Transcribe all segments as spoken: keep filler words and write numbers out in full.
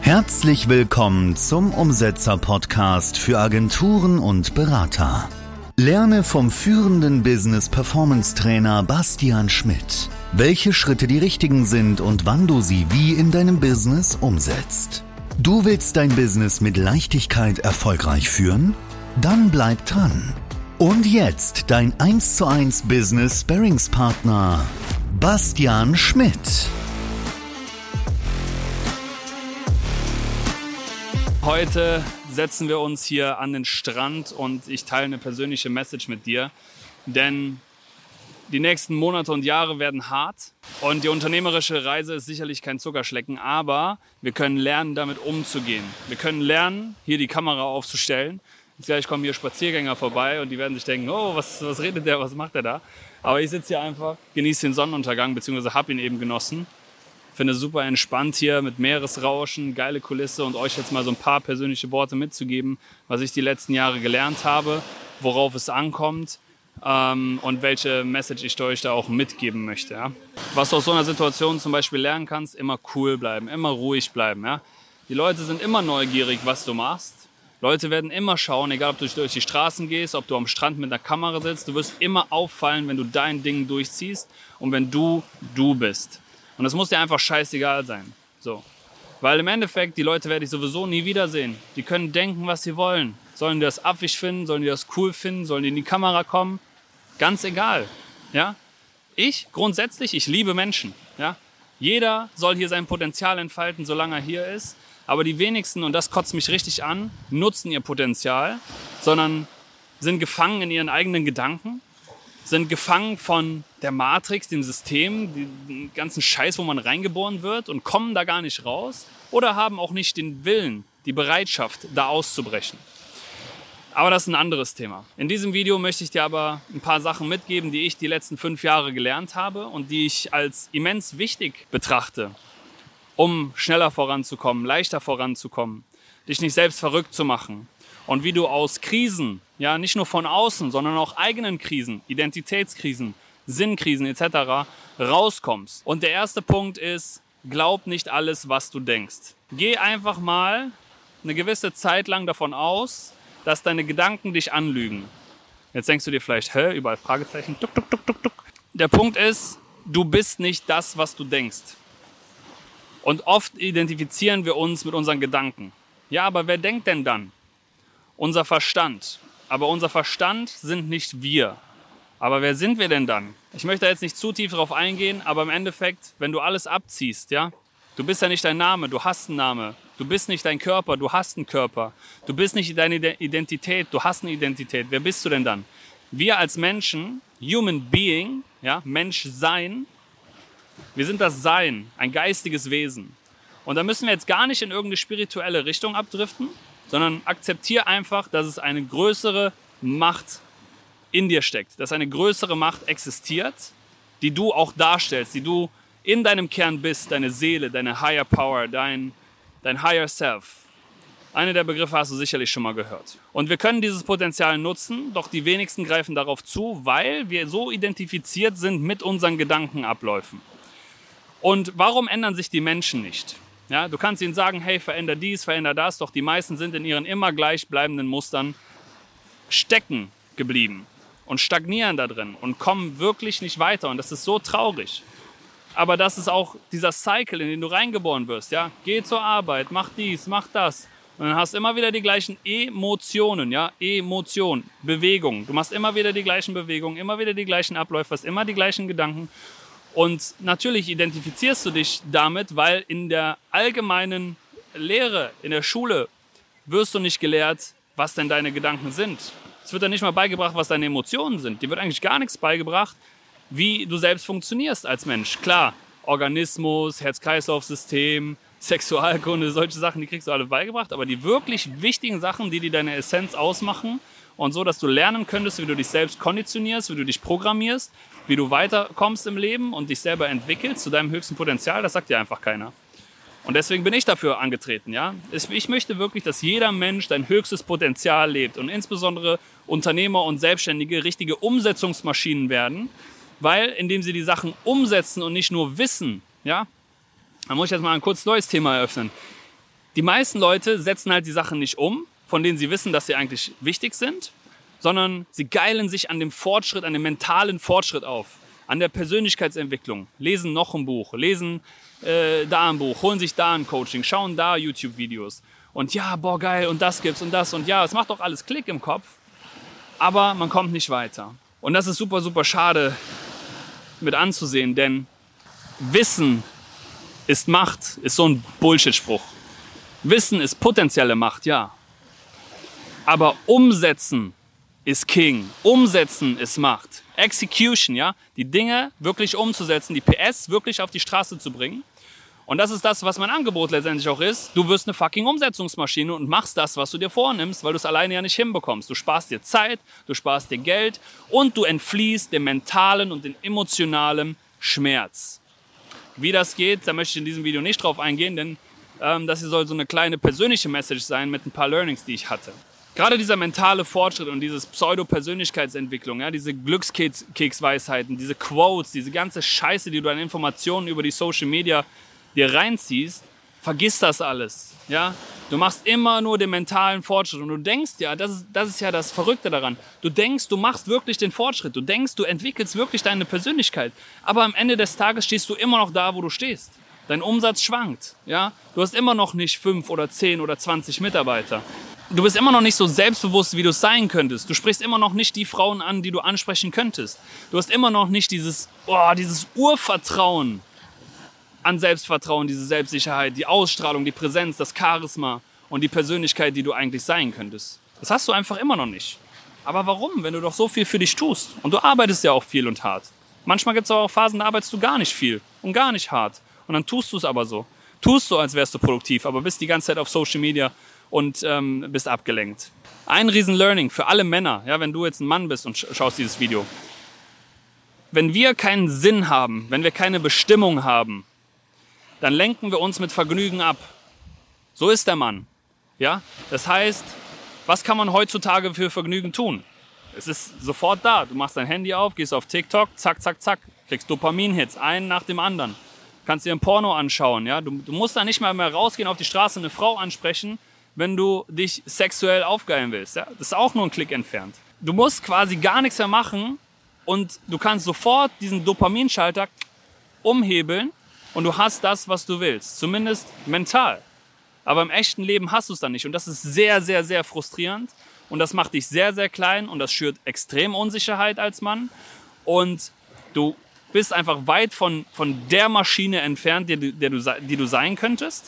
Herzlich willkommen zum Umsetzer-Podcast für Agenturen und Berater. Lerne vom führenden Business-Performance-Trainer Bastian Schmidt, welche Schritte die richtigen sind und wann du sie wie in deinem Business umsetzt. Du willst dein Business mit Leichtigkeit erfolgreich führen? Dann bleib dran. Und jetzt dein eins zu eins Business-Sparringspartner Bastian Schmidt. Heute setzen wir uns hier an den Strand und ich teile eine persönliche Message mit dir, denn die nächsten Monate und Jahre werden hart und die unternehmerische Reise ist sicherlich kein Zuckerschlecken, aber wir können lernen, damit umzugehen. Wir können lernen, hier die Kamera aufzustellen. Jetzt gleich kommen hier Spaziergänger vorbei und die werden sich denken, oh, was, was redet der, was macht der da? Aber ich sitze hier einfach, genieße den Sonnenuntergang, beziehungsweise habe ihn eben genossen. Finde es super entspannt hier mit Meeresrauschen, geile Kulisse und euch jetzt mal so ein paar persönliche Worte mitzugeben, was ich die letzten Jahre gelernt habe, worauf es ankommt ähm, und welche Message ich euch da auch mitgeben möchte. Ja? Was du aus so einer Situation zum Beispiel lernen kannst, immer cool bleiben, immer ruhig bleiben. Ja? Die Leute sind immer neugierig, was du machst. Leute werden immer schauen, egal ob du durch die Straßen gehst, ob du am Strand mit einer Kamera sitzt, du wirst immer auffallen, wenn du dein Ding durchziehst und wenn du du bist. Und das muss dir einfach scheißegal sein. So. Weil im Endeffekt, die Leute werde ich sowieso nie wiedersehen. Die können denken, was sie wollen. Sollen die das affig finden? Sollen die das cool finden? Sollen die in die Kamera kommen? Ganz egal. Ja? Ich, grundsätzlich, ich liebe Menschen. Ja? Jeder soll hier sein Potenzial entfalten, solange er hier ist. Aber die wenigsten, und das kotzt mich richtig an, nutzen ihr Potenzial, sondern sind gefangen in ihren eigenen Gedanken, sind gefangen von der Matrix, dem System, den ganzen Scheiß, wo man reingeboren wird und kommen da gar nicht raus oder haben auch nicht den Willen, die Bereitschaft, da auszubrechen. Aber das ist ein anderes Thema. In diesem Video möchte ich dir aber ein paar Sachen mitgeben, die ich die letzten fünf Jahre gelernt habe und die ich als immens wichtig betrachte, um schneller voranzukommen, leichter voranzukommen, dich nicht selbst verrückt zu machen. Und wie du aus Krisen, ja nicht nur von außen, sondern auch eigenen Krisen, Identitätskrisen, Sinnkrisen et cetera rauskommst. Und der erste Punkt ist, glaub nicht alles, was du denkst. Geh einfach mal eine gewisse Zeit lang davon aus, dass deine Gedanken dich anlügen. Jetzt denkst du dir vielleicht, hä, überall Fragezeichen, tuk, tuk, tuk, tuk, tuk. Der Punkt ist, du bist nicht das, was du denkst. Und oft identifizieren wir uns mit unseren Gedanken. Ja, aber wer denkt denn dann? Unser Verstand. Aber unser Verstand sind nicht wir. Aber wer sind wir denn dann? Ich möchte da jetzt nicht zu tief drauf eingehen, aber im Endeffekt, wenn du alles abziehst, ja, du bist ja nicht dein Name, du hast einen Namen. Du bist nicht dein Körper, du hast einen Körper. Du bist nicht deine Identität, du hast eine Identität. Wer bist du denn dann? Wir als Menschen, Human Being, ja, Mensch sein, wir sind das Sein, ein geistiges Wesen. Und da müssen wir jetzt gar nicht in irgendeine spirituelle Richtung abdriften, sondern akzeptiere einfach, dass es eine größere Macht in dir steckt, dass eine größere Macht existiert, die du auch darstellst, die du in deinem Kern bist, deine Seele, deine Higher Power, dein, dein Higher Self. Eine der Begriffe hast du sicherlich schon mal gehört. Und wir können dieses Potenzial nutzen, doch die wenigsten greifen darauf zu, weil wir so identifiziert sind mit unseren Gedankenabläufen. Und warum ändern sich die Menschen nicht? Ja, du kannst ihnen sagen, hey, veränder dies, veränder das, doch die meisten sind in ihren immer gleich bleibenden Mustern stecken geblieben und stagnieren da drin und kommen wirklich nicht weiter und das ist so traurig. Aber das ist auch dieser Cycle, in den du reingeboren wirst. Ja? Geh zur Arbeit, mach dies, mach das und dann hast du immer wieder die gleichen Emotionen, ja, Emotion, Bewegung. Du machst immer wieder die gleichen Bewegungen, immer wieder die gleichen Abläufe, hast immer die gleichen Gedanken. Und natürlich identifizierst du dich damit, weil in der allgemeinen Lehre, in der Schule, wirst du nicht gelehrt, was denn deine Gedanken sind. Es wird dann nicht mal beigebracht, was deine Emotionen sind. Dir wird eigentlich gar nichts beigebracht, wie du selbst funktionierst als Mensch. Klar, Organismus, Herz-Kreislauf-System, Sexualkunde, solche Sachen, die kriegst du alle beigebracht. Aber die wirklich wichtigen Sachen, die dir deine Essenz ausmachen und so, dass du lernen könntest, wie du dich selbst konditionierst, wie du dich programmierst, wie du weiterkommst im Leben und dich selber entwickelst zu deinem höchsten Potenzial, das sagt dir einfach keiner. Und deswegen bin ich dafür angetreten. Ja? Ich möchte wirklich, dass jeder Mensch sein höchstes Potenzial lebt und insbesondere Unternehmer und Selbstständige richtige Umsetzungsmaschinen werden, weil indem sie die Sachen umsetzen und nicht nur wissen, ja, da muss ich jetzt mal ein kurz neues Thema eröffnen. Die meisten Leute setzen halt die Sachen nicht um, von denen sie wissen, dass sie eigentlich wichtig sind, sondern sie geilen sich an dem Fortschritt, an dem mentalen Fortschritt auf, an der Persönlichkeitsentwicklung, lesen noch ein Buch, lesen äh, da ein Buch, holen sich da ein Coaching, schauen da YouTube-Videos und ja, boah, geil, und das gibt's und das und ja, es macht doch alles Klick im Kopf, aber man kommt nicht weiter. Und das ist super, super schade mit anzusehen, denn Wissen ist Macht, ist so ein Bullshit-Spruch. Wissen ist potenzielle Macht, ja. Aber umsetzen ist King. Umsetzen ist Macht. Execution, ja. Die Dinge wirklich umzusetzen, die P S wirklich auf die Straße zu bringen. Und das ist das, was mein Angebot letztendlich auch ist. Du wirst eine fucking Umsetzungsmaschine und machst das, was du dir vornimmst, weil du es alleine ja nicht hinbekommst. Du sparst dir Zeit, du sparst dir Geld und du entfliehst dem mentalen und dem emotionalen Schmerz. Wie das geht, da möchte ich in diesem Video nicht drauf eingehen, denn ähm, das hier soll so eine kleine persönliche Message sein mit ein paar Learnings, die ich hatte. Gerade dieser mentale Fortschritt und dieses Pseudo-Persönlichkeitsentwicklung, ja, diese Glückskeksweisheiten, diese Quotes, diese ganze Scheiße, die du an Informationen über die Social Media dir reinziehst, vergiss das alles. Ja? Du machst immer nur den mentalen Fortschritt und du denkst ja, das ist, das ist ja das Verrückte daran, du denkst, du machst wirklich den Fortschritt, du denkst, du entwickelst wirklich deine Persönlichkeit, aber am Ende des Tages stehst du immer noch da, wo du stehst. Dein Umsatz schwankt. Ja? Du hast immer noch nicht fünf oder zehn oder zwanzig Mitarbeiter. Du bist immer noch nicht so selbstbewusst, wie du es sein könntest. Du sprichst immer noch nicht die Frauen an, die du ansprechen könntest. Du hast immer noch nicht dieses, oh, dieses Urvertrauen an Selbstvertrauen, diese Selbstsicherheit, die Ausstrahlung, die Präsenz, das Charisma und die Persönlichkeit, die du eigentlich sein könntest. Das hast du einfach immer noch nicht. Aber warum, wenn du doch so viel für dich tust? Und du arbeitest ja auch viel und hart. Manchmal gibt es auch Phasen, da arbeitest du gar nicht viel und gar nicht hart. Und dann tust du es aber so. Tust so, als wärst du produktiv, aber bist die ganze Zeit auf Social Media und ähm, bist abgelenkt. Ein riesen Learning für alle Männer, ja, wenn du jetzt ein Mann bist und schaust dieses Video. Wenn wir keinen Sinn haben, wenn wir keine Bestimmung haben, dann lenken wir uns mit Vergnügen ab. So ist der Mann. Ja? Das heißt, was kann man heutzutage für Vergnügen tun? Es ist sofort da. Du machst dein Handy auf, gehst auf TikTok, zack, zack, zack, kriegst Dopamin-Hits, einen nach dem anderen. Kannst dir ein Porno anschauen. Ja? Du, du musst da nicht mal mehr rausgehen, auf die Straße eine Frau ansprechen, wenn du dich sexuell aufgeilen willst. Ja? Das ist auch nur ein Klick entfernt. Du musst quasi gar nichts mehr machen und du kannst sofort diesen Dopaminschalter umhebeln und du hast das, was du willst. Zumindest mental. Aber im echten Leben hast du es dann nicht. Und das ist sehr, sehr, sehr frustrierend. Und das macht dich sehr, sehr klein. Und das schürt extrem Unsicherheit als Mann. Und du bist einfach weit von, von der Maschine entfernt, die, der du, die du sein könntest.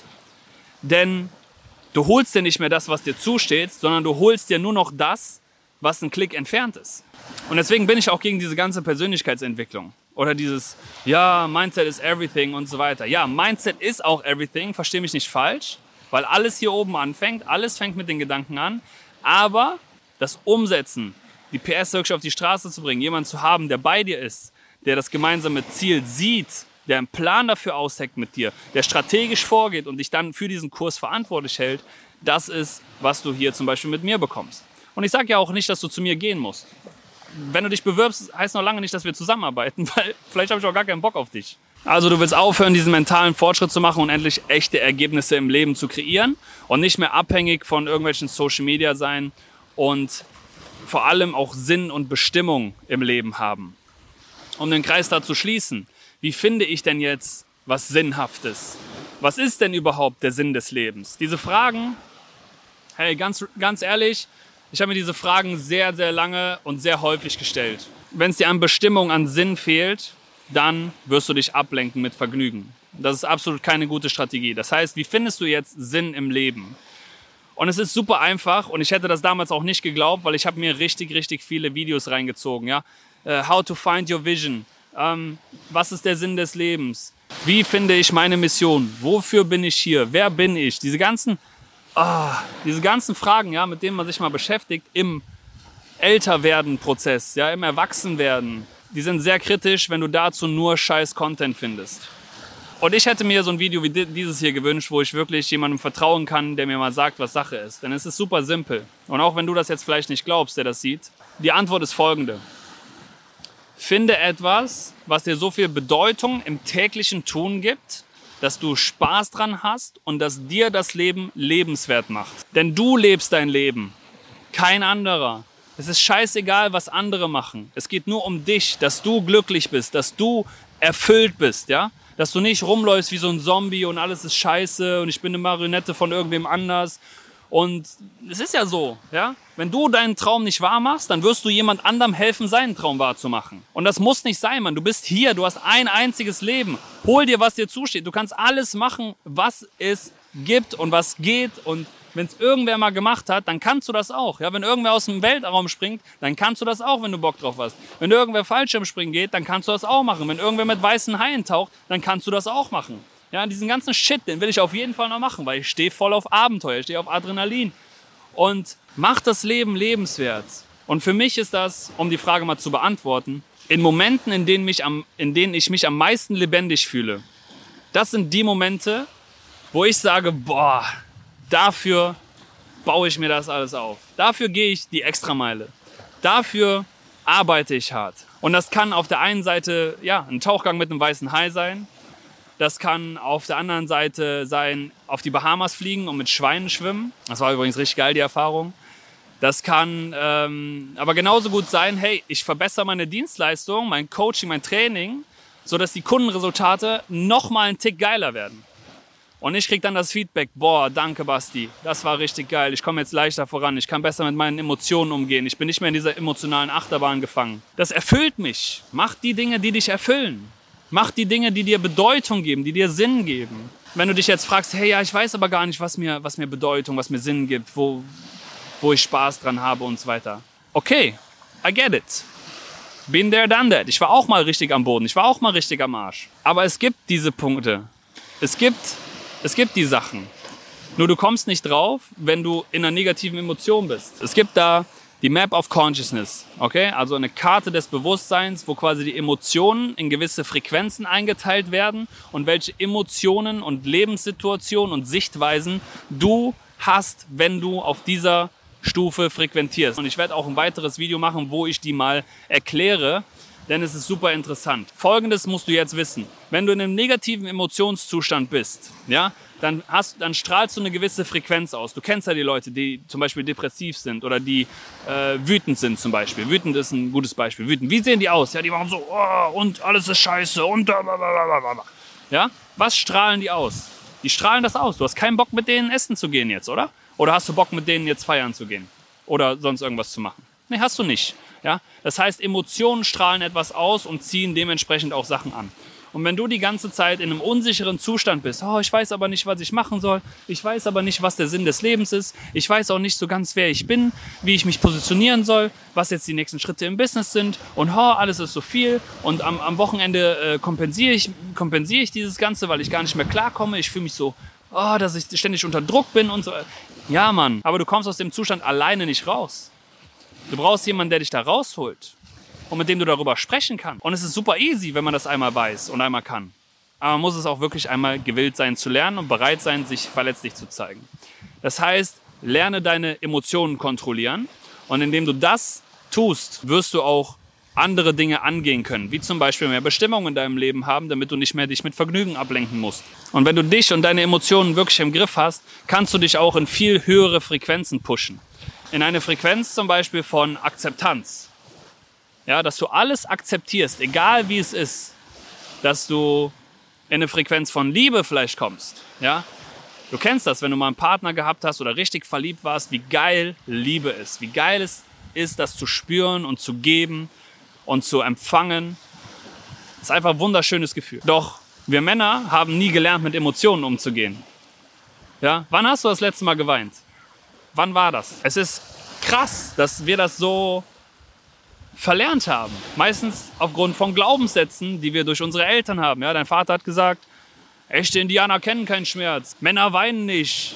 Denn du holst dir nicht mehr das, was dir zusteht, sondern du holst dir nur noch das, was ein Klick entfernt ist. Und deswegen bin ich auch gegen diese ganze Persönlichkeitsentwicklung. Oder dieses, ja, Mindset is everything und so weiter. Ja, Mindset ist auch everything, versteh mich nicht falsch, weil alles hier oben anfängt, alles fängt mit den Gedanken an. Aber das Umsetzen, die P S wirklich auf die Straße zu bringen, jemanden zu haben, der bei dir ist, der das gemeinsame Ziel sieht, der einen Plan dafür ausheckt mit dir, der strategisch vorgeht und dich dann für diesen Kurs verantwortlich hält, das ist, was du hier zum Beispiel mit mir bekommst. Und ich sage ja auch nicht, dass du zu mir gehen musst. Wenn du dich bewirbst, heißt noch lange nicht, dass wir zusammenarbeiten, weil vielleicht habe ich auch gar keinen Bock auf dich. Also du willst aufhören, diesen mentalen Fortschritt zu machen und endlich echte Ergebnisse im Leben zu kreieren und nicht mehr abhängig von irgendwelchen Social Media sein und vor allem auch Sinn und Bestimmung im Leben haben. Um den Kreis da zu schließen, wie finde ich denn jetzt was Sinnhaftes? Was ist denn überhaupt der Sinn des Lebens? Diese Fragen, hey, ganz, ganz ehrlich, ich habe mir diese Fragen sehr, sehr lange und sehr häufig gestellt. Wenn es dir an Bestimmung, an Sinn fehlt, dann wirst du dich ablenken mit Vergnügen. Das ist absolut keine gute Strategie. Das heißt, wie findest du jetzt Sinn im Leben? Und es ist super einfach und ich hätte das damals auch nicht geglaubt, weil ich habe mir richtig, richtig viele Videos reingezogen. Ja? Uh, how to find your vision. Um, was ist der Sinn des Lebens? Wie finde ich meine Mission? Wofür bin ich hier? Wer bin ich? Diese ganzen... Ah, diese ganzen Fragen, ja, mit denen man sich mal beschäftigt im Älterwerden-Prozess, ja, im Erwachsenwerden, die sind sehr kritisch, wenn du dazu nur scheiß Content findest. Und ich hätte mir so ein Video wie dieses hier gewünscht, wo ich wirklich jemandem vertrauen kann, der mir mal sagt, was Sache ist. Denn es ist super simpel. Und auch wenn du das jetzt vielleicht nicht glaubst, der das sieht, die Antwort ist folgende. Finde etwas, was dir so viel Bedeutung im täglichen Tun gibt, dass du Spaß dran hast und dass dir das Leben lebenswert macht. Denn du lebst dein Leben, kein anderer. Es ist scheißegal, was andere machen. Es geht nur um dich, dass du glücklich bist, dass du erfüllt bist, ja? Dass du nicht rumläufst wie so ein Zombie und alles ist scheiße und ich bin eine Marionette von irgendwem anders. Und es ist ja so, ja? Wenn du deinen Traum nicht wahr machst, dann wirst du jemand anderem helfen, seinen Traum wahrzumachen. Und das muss nicht sein, Mann. Du bist hier, du hast ein einziges Leben. Hol dir, was dir zusteht. Du kannst alles machen, was es gibt und was geht. Und wenn es irgendwer mal gemacht hat, dann kannst du das auch. Ja, wenn irgendwer aus dem Weltraum springt, dann kannst du das auch, wenn du Bock drauf hast. Wenn irgendwer Fallschirmspringen geht, dann kannst du das auch machen. Wenn irgendwer mit weißen Haien taucht, dann kannst du das auch machen. Ja, diesen ganzen Shit, den will ich auf jeden Fall noch machen, weil ich stehe voll auf Abenteuer, ich stehe auf Adrenalin. Und mach das Leben lebenswert. Und für mich ist das, um die Frage mal zu beantworten, in Momenten, in denen, mich am, in denen ich mich am meisten lebendig fühle, das sind die Momente, wo ich sage, boah, dafür baue ich mir das alles auf. Dafür gehe ich die Extrameile. Dafür arbeite ich hart. Und das kann auf der einen Seite ja, ein Tauchgang mit einem weißen Hai sein. Das kann auf der anderen Seite sein, auf die Bahamas fliegen und mit Schweinen schwimmen. Das war übrigens richtig geil, die Erfahrung. Das kann ähm, aber genauso gut sein, hey, ich verbessere meine Dienstleistung, mein Coaching, mein Training, sodass die Kundenresultate noch mal einen Tick geiler werden. Und ich kriege dann das Feedback, boah, danke Basti, das war richtig geil, ich komme jetzt leichter voran, ich kann besser mit meinen Emotionen umgehen, ich bin nicht mehr in dieser emotionalen Achterbahn gefangen. Das erfüllt mich. Mach die Dinge, die dich erfüllen. Mach die Dinge, die dir Bedeutung geben, die dir Sinn geben. Wenn du dich jetzt fragst, hey, ja, ich weiß aber gar nicht, was mir, was mir Bedeutung, was mir Sinn gibt, wo, wo ich Spaß dran habe und so weiter. Okay, I get it. Been there, done that. Ich war auch mal richtig am Boden, ich war auch mal richtig am Arsch. Aber es gibt diese Punkte. Es gibt... Es gibt die Sachen. Nur du kommst nicht drauf, wenn du in einer negativen Emotion bist. Es gibt da die Map of Consciousness, okay? Also eine Karte des Bewusstseins, wo quasi die Emotionen in gewisse Frequenzen eingeteilt werden und welche Emotionen und Lebenssituationen und Sichtweisen du hast, wenn du auf dieser Stufe frequentierst. Und ich werde auch ein weiteres Video machen, wo ich die mal erkläre, denn es ist super interessant. Folgendes musst du jetzt wissen. Wenn du in einem negativen Emotionszustand bist, ja, dann, hast, dann strahlst du eine gewisse Frequenz aus. Du kennst ja die Leute, die zum Beispiel depressiv sind oder die äh, wütend sind zum Beispiel. Wütend ist ein gutes Beispiel. Wütend, wie sehen die aus? Ja, die machen so, oh, und alles ist scheiße und blablabla. Ja, was strahlen die aus? Die strahlen das aus. Du hast keinen Bock, mit denen essen zu gehen jetzt, oder? Oder hast du Bock, mit denen jetzt feiern zu gehen? Oder sonst irgendwas zu machen? Nee, hast du nicht. Ja? Das heißt, Emotionen strahlen etwas aus und ziehen dementsprechend auch Sachen an. Und wenn du die ganze Zeit in einem unsicheren Zustand bist, oh, ich weiß aber nicht, was ich machen soll, ich weiß aber nicht, was der Sinn des Lebens ist, ich weiß auch nicht so ganz, wer ich bin, wie ich mich positionieren soll, was jetzt die nächsten Schritte im Business sind und oh, alles ist so viel und am, am Wochenende äh, kompensiere ich, kompensiere ich dieses Ganze, weil ich gar nicht mehr klarkomme, ich fühle mich so, oh, dass ich ständig unter Druck bin und so. Ja, Mann, aber du kommst aus dem Zustand alleine nicht raus. Du brauchst jemanden, der dich da rausholt und mit dem du darüber sprechen kannst. Und es ist super easy, wenn man das einmal weiß und einmal kann. Aber man muss es auch wirklich einmal gewillt sein zu lernen und bereit sein, sich verletzlich zu zeigen. Das heißt, lerne deine Emotionen kontrollieren und indem du das tust, wirst du auch andere Dinge angehen können, wie zum Beispiel mehr Bestimmung in deinem Leben haben, damit du nicht mehr dich mit Vergnügen ablenken musst. Und wenn du dich und deine Emotionen wirklich im Griff hast, kannst du dich auch in viel höhere Frequenzen pushen. In eine Frequenz zum Beispiel von Akzeptanz. Ja, dass du alles akzeptierst, egal wie es ist. Dass du in eine Frequenz von Liebe vielleicht kommst. Ja? Du kennst das, wenn du mal einen Partner gehabt hast oder richtig verliebt warst, wie geil Liebe ist. Wie geil es ist, das zu spüren und zu geben und zu empfangen. Das ist einfach ein wunderschönes Gefühl. Doch wir Männer haben nie gelernt, mit Emotionen umzugehen. Ja? Wann hast du das letzte Mal geweint? Wann war das? Es ist krass, dass wir das so verlernt haben. Meistens aufgrund von Glaubenssätzen, die wir durch unsere Eltern haben. Ja, dein Vater hat gesagt, echte Indianer kennen keinen Schmerz, Männer weinen nicht,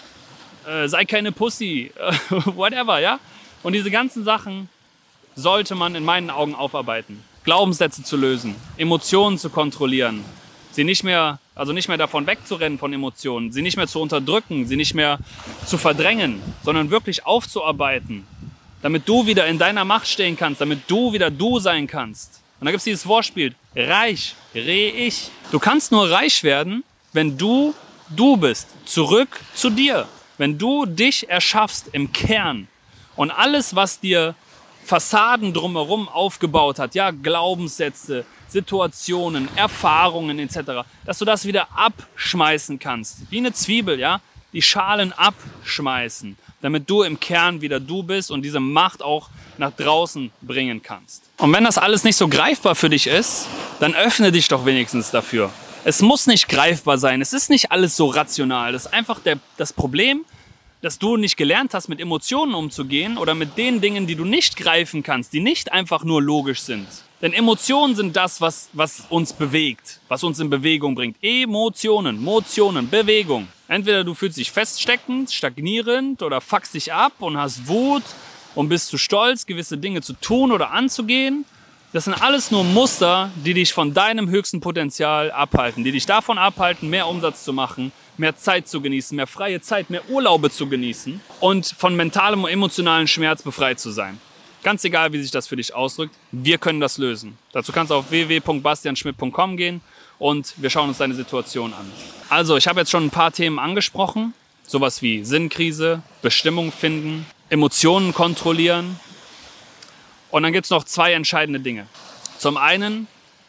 äh, sei keine Pussy, whatever, ja. Und diese ganzen Sachen sollte man in meinen Augen aufarbeiten. Glaubenssätze zu lösen, Emotionen zu kontrollieren, sie nicht mehr, also nicht mehr davon wegzurennen von Emotionen, sie nicht mehr zu unterdrücken, sie nicht mehr zu verdrängen, sondern wirklich aufzuarbeiten, damit du wieder in deiner Macht stehen kannst, damit du wieder du sein kannst. Und da gibt es dieses Wortspiel, reich, re-ich. Du kannst nur reich werden, wenn wenn du du bist, zurück zu dir. Wenn du dich erschaffst im Kern und alles, was dir Fassaden drumherum aufgebaut hat, ja, Glaubenssätze, Situationen, Erfahrungen et cetera, dass du das wieder abschmeißen kannst. Wie eine Zwiebel, ja, die Schalen abschmeißen, damit du im Kern wieder du bist und diese Macht auch nach draußen bringen kannst. Und wenn das alles nicht so greifbar für dich ist, dann öffne dich doch wenigstens dafür. Es muss nicht greifbar sein, es ist nicht alles so rational. Das ist einfach der, das Problem, dass du nicht gelernt hast, mit Emotionen umzugehen oder mit den Dingen, die du nicht greifen kannst, die nicht einfach nur logisch sind. Denn Emotionen sind das, was, was uns bewegt, was uns in Bewegung bringt. Emotionen, Motionen, Bewegung. Entweder du fühlst dich feststeckend, stagnierend oder fuckst dich ab und hast Wut und bist zu stolz, gewisse Dinge zu tun oder anzugehen. Das sind alles nur Muster, die dich von deinem höchsten Potenzial abhalten, die dich davon abhalten, mehr Umsatz zu machen, mehr Zeit zu genießen, mehr freie Zeit, mehr Urlaube zu genießen und von mentalem und emotionalen Schmerz befreit zu sein. Ganz egal, wie sich das für dich ausdrückt, wir können das lösen. Dazu kannst du auf w w w punkt bastian schmidt punkt com gehen und wir schauen uns deine Situation an. Also, ich habe jetzt schon ein paar Themen angesprochen, sowas wie Sinnkrise, Bestimmung finden, Emotionen kontrollieren. Und dann gibt es noch zwei entscheidende Dinge. Zum einen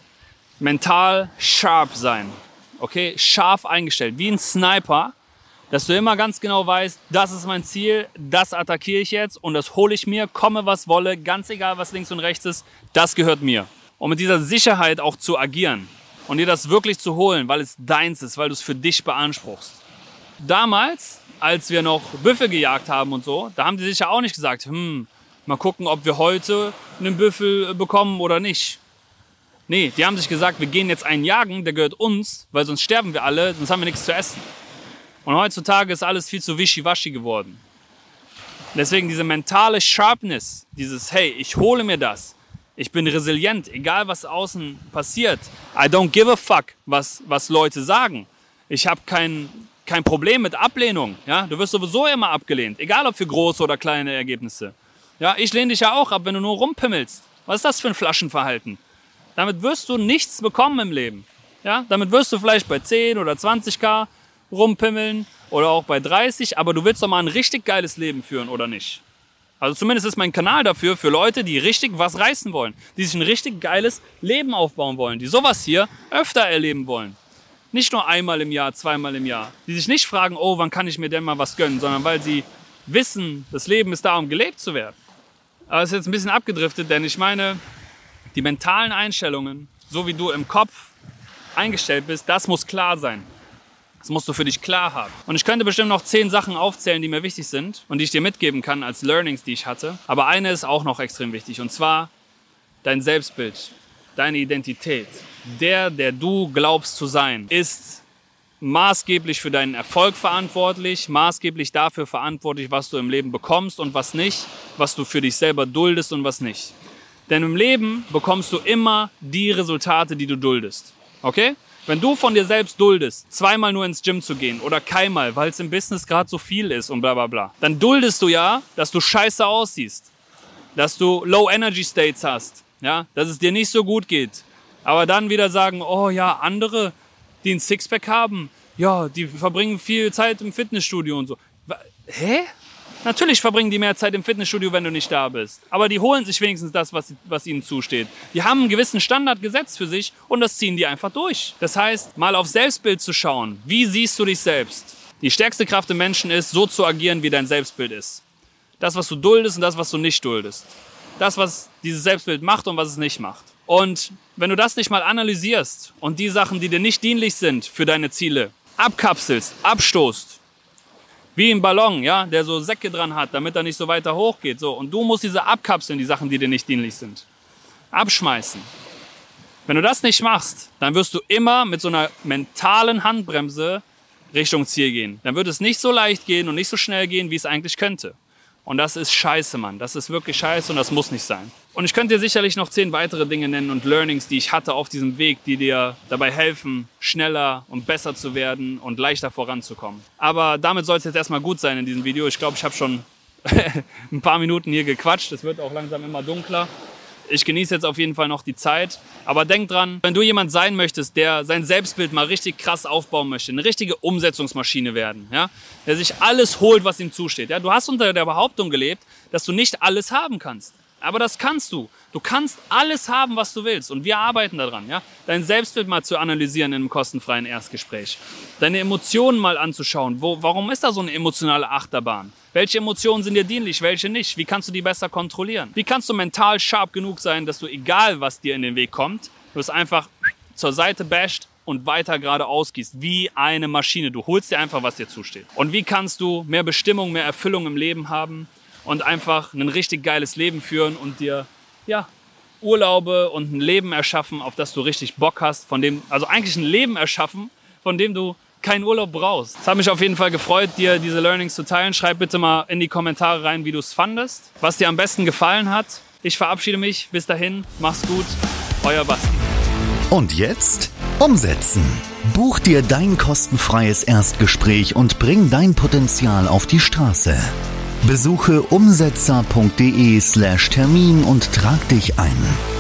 mental sharp sein, okay, scharf eingestellt, wie ein Sniper, dass du immer ganz genau weißt, das ist mein Ziel, das attackiere ich jetzt und das hole ich mir, komme was wolle, ganz egal was links und rechts ist, das gehört mir. Und mit dieser Sicherheit auch zu agieren und dir das wirklich zu holen, weil es deins ist, weil du es für dich beanspruchst. Damals, als wir noch Büffel gejagt haben und so, da haben die sich ja auch nicht gesagt, hm, mal gucken, ob wir heute einen Büffel bekommen oder nicht. Nee, die haben sich gesagt, wir gehen jetzt einen jagen, der gehört uns, weil sonst sterben wir alle, sonst haben wir nichts zu essen. Und heutzutage ist alles viel zu wischiwaschi geworden. Deswegen diese mentale Sharpness, dieses, hey, ich hole mir das, ich bin resilient, egal was außen passiert. I don't give a fuck, was, was Leute sagen. Ich habe kein, kein Problem mit Ablehnung. Ja? Du wirst sowieso immer abgelehnt, egal ob für große oder kleine Ergebnisse. Ja, ich lehne dich ja auch ab, wenn du nur rumpimmelst. Was ist das für ein Flaschenverhalten? Damit wirst du nichts bekommen im Leben. Ja? Damit wirst du vielleicht bei zehn oder zwanzigtausend rumpimmeln oder auch bei dreißig, aber du willst doch mal ein richtig geiles Leben führen, oder nicht? Also zumindest ist mein Kanal dafür, für Leute, die richtig was reißen wollen, die sich ein richtig geiles Leben aufbauen wollen, die sowas hier öfter erleben wollen. Nicht nur einmal im Jahr, zweimal im Jahr. Die sich nicht fragen, oh, wann kann ich mir denn mal was gönnen, sondern weil sie wissen, das Leben ist da, um gelebt zu werden. Aber es ist jetzt ein bisschen abgedriftet, denn ich meine, die mentalen Einstellungen, so wie du im Kopf eingestellt bist, das muss klar sein. Das musst du für dich klar haben. Und ich könnte bestimmt noch zehn Sachen aufzählen, die mir wichtig sind und die ich dir mitgeben kann als Learnings, die ich hatte. Aber eine ist auch noch extrem wichtig, und zwar dein Selbstbild, deine Identität. Der, der du glaubst zu sein, ist maßgeblich für deinen Erfolg verantwortlich, maßgeblich dafür verantwortlich, was du im Leben bekommst und was nicht, was du für dich selber duldest und was nicht. Denn im Leben bekommst du immer die Resultate, die du duldest. Okay? Wenn du von dir selbst duldest, zweimal nur ins Gym zu gehen oder keinmal, weil es im Business gerade so viel ist und bla bla bla, dann duldest du ja, dass du scheiße aussiehst, dass du Low Energy States hast, ja, dass es dir nicht so gut geht. Aber dann wieder sagen, oh ja, andere, die ein Sixpack haben, ja, die verbringen viel Zeit im Fitnessstudio und so. Hä? Natürlich verbringen die mehr Zeit im Fitnessstudio, wenn du nicht da bist. Aber die holen sich wenigstens das, was, was ihnen zusteht. Die haben einen gewissen Standard gesetzt für sich und das ziehen die einfach durch. Das heißt, mal auf Selbstbild zu schauen. Wie siehst du dich selbst? Die stärkste Kraft im Menschen ist, so zu agieren, wie dein Selbstbild ist. Das, was du duldest und das, was du nicht duldest. Das, was dieses Selbstbild macht und was es nicht macht. Und wenn du das nicht mal analysierst und die Sachen, die dir nicht dienlich sind für deine Ziele, abkapselst, abstoßt, wie ein Ballon, ja, der so Säcke dran hat, damit er nicht so weiter hoch geht. So. Und du musst diese abkapseln, die Sachen, die dir nicht dienlich sind. Abschmeißen. Wenn du das nicht machst, dann wirst du immer mit so einer mentalen Handbremse Richtung Ziel gehen. Dann wird es nicht so leicht gehen und nicht so schnell gehen, wie es eigentlich könnte. Und das ist scheiße, Mann. Das ist wirklich scheiße und das muss nicht sein. Und ich könnte dir sicherlich noch zehn weitere Dinge nennen und Learnings, die ich hatte auf diesem Weg, die dir dabei helfen, schneller und besser zu werden und leichter voranzukommen. Aber damit soll es jetzt erstmal gut sein in diesem Video. Ich glaube, ich habe schon ein paar Minuten hier gequatscht. Es wird auch langsam immer dunkler. Ich genieße jetzt auf jeden Fall noch die Zeit. Aber denk dran, wenn du jemand sein möchtest, der sein Selbstbild mal richtig krass aufbauen möchte, eine richtige Umsetzungsmaschine werden, ja, der sich alles holt, was ihm zusteht. Ja, du hast unter der Behauptung gelebt, dass du nicht alles haben kannst. Aber das kannst du. Du kannst alles haben, was du willst. Und wir arbeiten daran, ja? Dein Selbstbild mal zu analysieren in einem kostenfreien Erstgespräch. Deine Emotionen mal anzuschauen. Wo, warum ist da so eine emotionale Achterbahn? Welche Emotionen sind dir dienlich, welche nicht? Wie kannst du die besser kontrollieren? Wie kannst du mental sharp genug sein, dass du, egal was dir in den Weg kommt, du es einfach zur Seite basht und weiter geradeaus gehst, wie eine Maschine. Du holst dir einfach, was dir zusteht. Und wie kannst du mehr Bestimmung, mehr Erfüllung im Leben haben? Und einfach ein richtig geiles Leben führen und dir ja, Urlaube und ein Leben erschaffen, auf das du richtig Bock hast, von dem, also eigentlich ein Leben erschaffen, von dem du keinen Urlaub brauchst. Es hat mich auf jeden Fall gefreut, dir diese Learnings zu teilen. Schreib bitte mal in die Kommentare rein, wie du es fandest, was dir am besten gefallen hat. Ich verabschiede mich. Bis dahin, mach's gut. Euer Basti. Und jetzt umsetzen. Buch dir dein kostenfreies Erstgespräch und bring dein Potenzial auf die Straße. Besuche umsetzer punkt de slash Termin und trag dich ein.